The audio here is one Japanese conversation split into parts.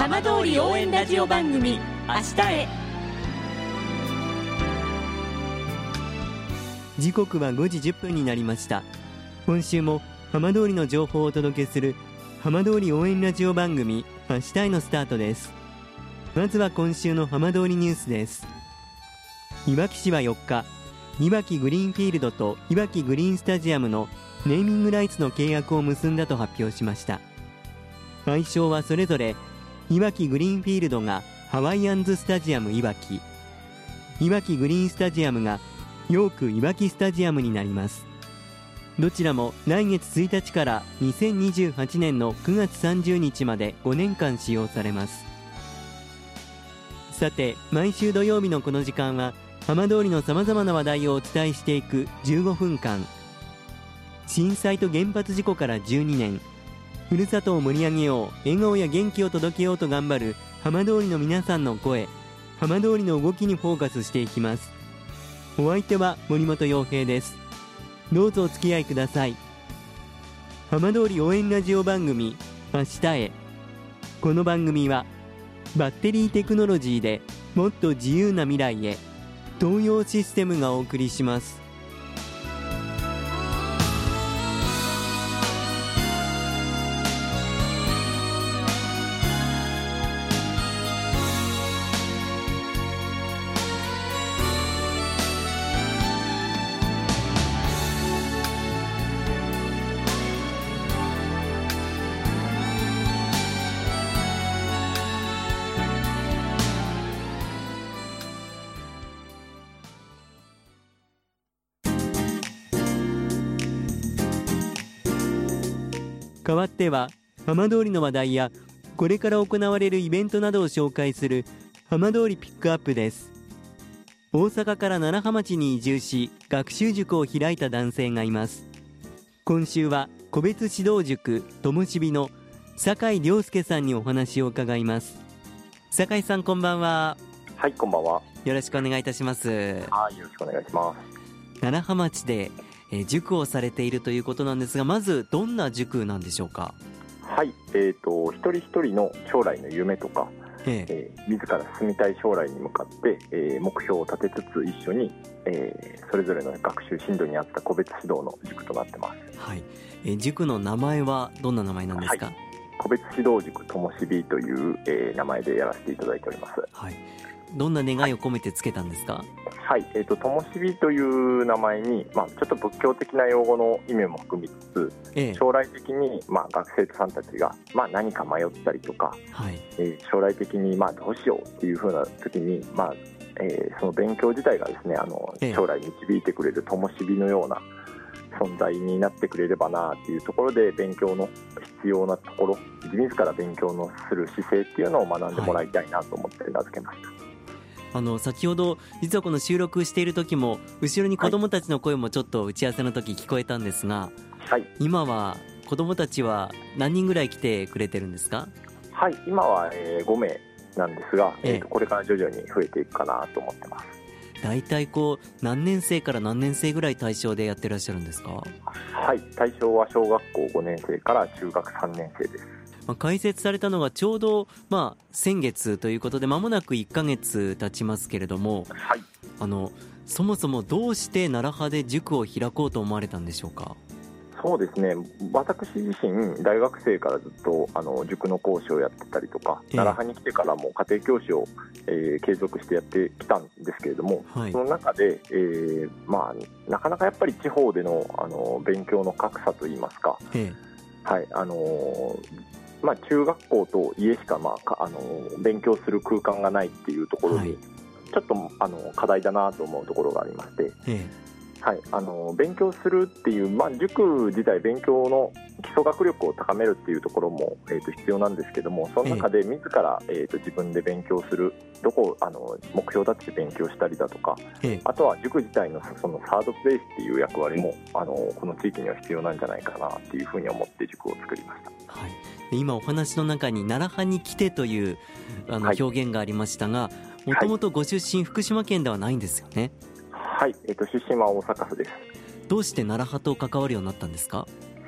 浜通り応援ラジオ番組明日へ。 時刻は5時10分になりました。今週も浜通りの情報をお届けする浜通り応援ラジオ番組明日へのスタートです。まずは今週の浜通りニュースです。いわき市は4日、いわきグリーンフィールドといわきグリーンスタジアムのネーミングライツの契約を結んだと発表しました。愛称はそれぞれいわきグリーンフィールドがハワイアンズスタジアムいわき、いわきグリーンスタジアムがヨークいわきスタジアムになります。どちらも来月1日から2028年の9月30日まで5年間使用されます。さて、毎週土曜日のこの時間は浜通りのさまざまな話題をお伝えしていく15分間。震災と原発事故から12年、ふるさとを盛り上げよう、笑顔や元気を届けようと頑張る浜通りの皆さんの声、浜通りの動きにフォーカスしていきます。お相手は森本洋平です。どうぞお付き合いください。浜通り応援ラジオ番組明日へ。この番組はバッテリーテクノロジーでもっと自由な未来へ、東洋システムがお送りします。代わっては浜通りの話題やこれから行われるイベントなどを紹介する浜通りピックアップです。大阪から楢葉町に移住し学習塾を開いた男性がいます。今週は個別指導塾ともしびの酒井亮介さんにお話を伺います。酒井さん、こんばんは。 はい、こんばんは。 よろしくお願いいたします。 はい、よろしくお願いします。 楢葉町で塾をされているということなんですが、まずどんな塾なんでしょうか？ はい、一人一人の将来の夢とか、自ら進みたい将来に向かって、目標を立てつつ一緒に、それぞれの学習進度に合った個別指導の塾となってます。 はい。塾の名前はどんな名前なんですか？ はい、個別指導塾ともしびという、名前でやらせていただいております。 はい。どんな願いを込めてつけたんですか？ はい、ともしびという名前に、ちょっと仏教的な用語の意味も含みつつ、将来的に、学生さんたちが、何か迷ったりとか、はい、将来的に、どうしようっていう風な時に、その勉強自体がですね、将来導いてくれるともしびのような存在になってくれればなっていうところで、勉強の必要なところ、自ら勉強のする姿勢っていうのを学んでもらいたいなと思って名付けました。 先ほど実はこの収録している時も後ろに子どもたちの声もちょっと打ち合わせの時聞こえたんですが、はい、今は子どもたちは何人ぐらい来てくれてるんですか？ はい、今は、5名なんですが、これから徐々に増えていくかなと思ってます。 だいたい何年生から何年生ぐらい対象でやってらっしゃるんですか？ はい、対象は小学校5年生から中学3年生です。 開設されたのがちょうど、先月ということで間もなく1ヶ月経ちますけれども、はい、そもそもどうして楢葉で塾を開こうと思われたんでしょうか？ そうですね、私自身大学生からずっと塾の講師をやってたりとか、楢葉に来てからも家庭教師を、継続してやってきたんですけれども、はい、その中で、なかなかやっぱり地方での、勉強の格差といいますか、はい、中学校と家しか、勉強する空間がないっていうところに、はい、ちょっと課題だなと思うところがありまして、はい、勉強するっていう、塾自体勉強の基礎学力を高めるっていうところも、必要なんですけども、その中で自ら、自分で勉強する、どこを目標立てて勉強したりだとか、あとは塾自体のそのサードプレイスっていう役割もこの地域には必要なんじゃないかなっていうふうに思って塾を作りました。 はい、今お話の中に楢葉に来てという表現がありましたが、もともとご出身、福島県ではないんですよね？ はい、出身は大阪府です。 どうして楢葉と関わるようになったんですか？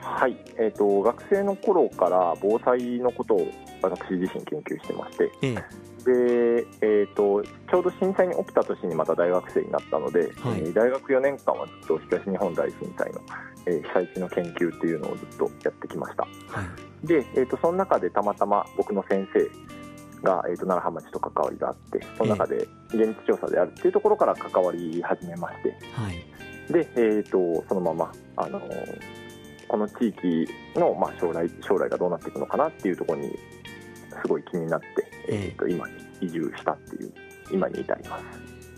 はい、学生の頃から防災のことを私自身研究してまして、でちょうど震災に起きた年にまた大学生になったので、大学4年間はずっと東日本大震災の、被災地の研究っていうのをずっとやってきました。で、その中でたまたま僕の先生が、楢葉町と関わりがあって、その中で現地調査であるっていうところから関わり始めまして、で、そのまま、この地域の、将来がどうなっていくのかなっていうところにすごい気になって、今に移住したっていう今に至ります。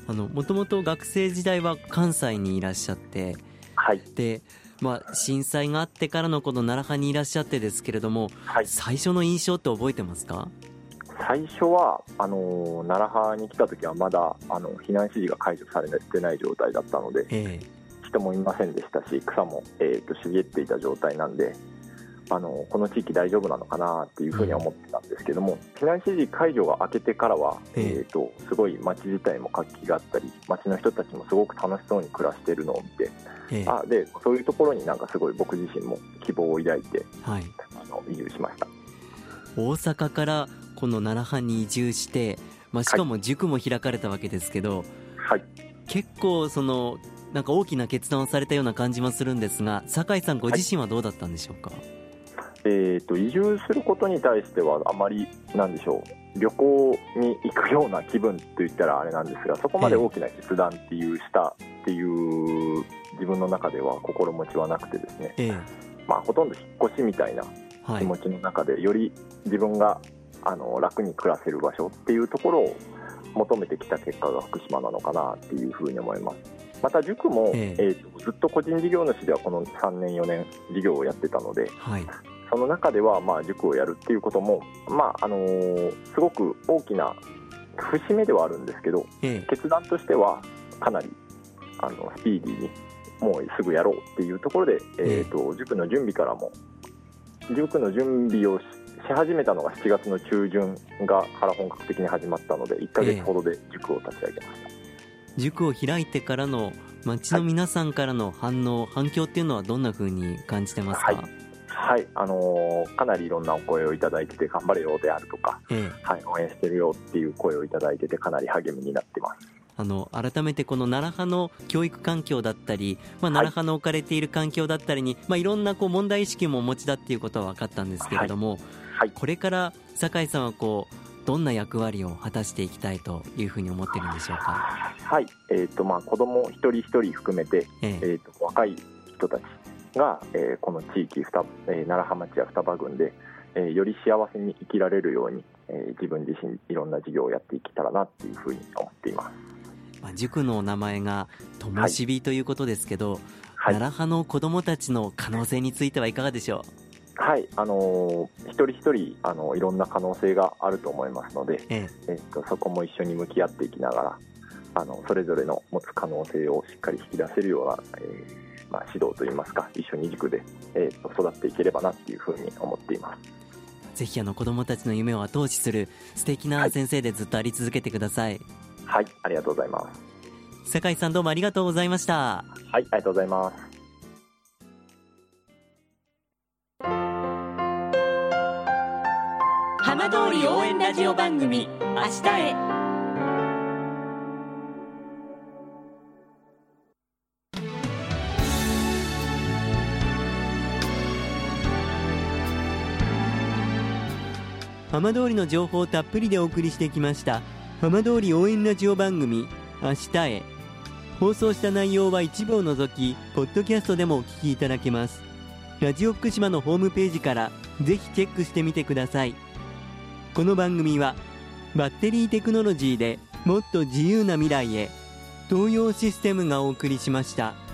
もともと学生時代は関西にいらっしゃって、で、震災があってからのこの楢葉にいらっしゃってですけれども、最初の印象って覚えてますか？ 最初は楢葉に来た時はまだ避難指示が解除されてない状態だったので、人もいませんでしたし、草も、茂っていた状態なんで、この地域大丈夫なのかなっていうふうには思ってたんですけども、避難指示解除が明けてからは、すごい街自体も活気があったり、街の人たちもすごく楽しそうに暮らしているのを見て、でそういうところになんかすごい僕自身も希望を抱いて、移住しました。 大阪からこの楢葉に移住して、しかも塾も開かれたわけですけど、結構なんか大きな決断をされたような感じもするんですが、酒井さんご自身はどうだったんでしょうか？ 移住することに対してはあまりなんでしょう、旅行に行くような気分といったらあれなんですが、そこまで大きな決断っていうしたっていう自分の中では心持ちはなくてですね、ほとんど引っ越しみたいな気持ちの中で、より自分が楽に暮らせる場所っていうところを求めてきた結果が福島なのかなっていうふうに思います。また塾も、ずっと個人事業主ではこの3年4年事業をやってたので、その中では塾をやるっていうことも、すごく大きな節目ではあるんですけど、決断としてはかなりスピーディーにもうすぐやろうっていうところで、塾の準備からも塾の準備をし始めたのが7月の中旬から本格的に始まったので、1ヶ月ほどで塾を立ち上げました。 塾を開いてからの町の皆さんからの反響っていうのはどんな風に感じてますか？ かなりいろんなお声をいただいてて、頑張れよであるとか、応援してるよっていう声をいただいてて、かなり励みになってます。 改めてこの楢葉の教育環境だったり、楢葉の置かれている環境だったりに、いろんな問題意識もお持ちだっていうことは分かったんですけれども、これから酒井さんはどんな役割を果たしていきたいというふうに思っているんでしょうか？ 子ども一人一人含めて、若い人たちが、この地域楢葉町や双葉郡で、より幸せに生きられるように、自分自身いろんな事業をやっていけたらなっていうふうに思っています。 塾の名前がともしびということですけど、楢葉の子どもたちの可能性についてはいかがでしょう？ 一人一人いろんな可能性があると思いますので、そこも一緒に向き合っていきながら、それぞれの持つ可能性をしっかり引き出せるような、指導といいますか、一緒に塾で、育っていければなっていうふうに思っています。 ぜひ子どもたちの夢を後押しする素敵な先生でずっとあり続けてください。 ありがとうございます。 酒井さん、どうもありがとうございました。 ありがとうございます。 浜通り応援ラジオ番組「明日へ」。 浜通りの情報をたっぷりでお送りしてきました浜通り応援ラジオ番組「明日へ」。放送した内容は一部を除きポッドキャストでもお聞きいただけます。ラジオ福島のホームページからぜひチェックしてみてください。この番組はバッテリーテクノロジーでもっと自由な未来へ、東洋システムがお送りしました。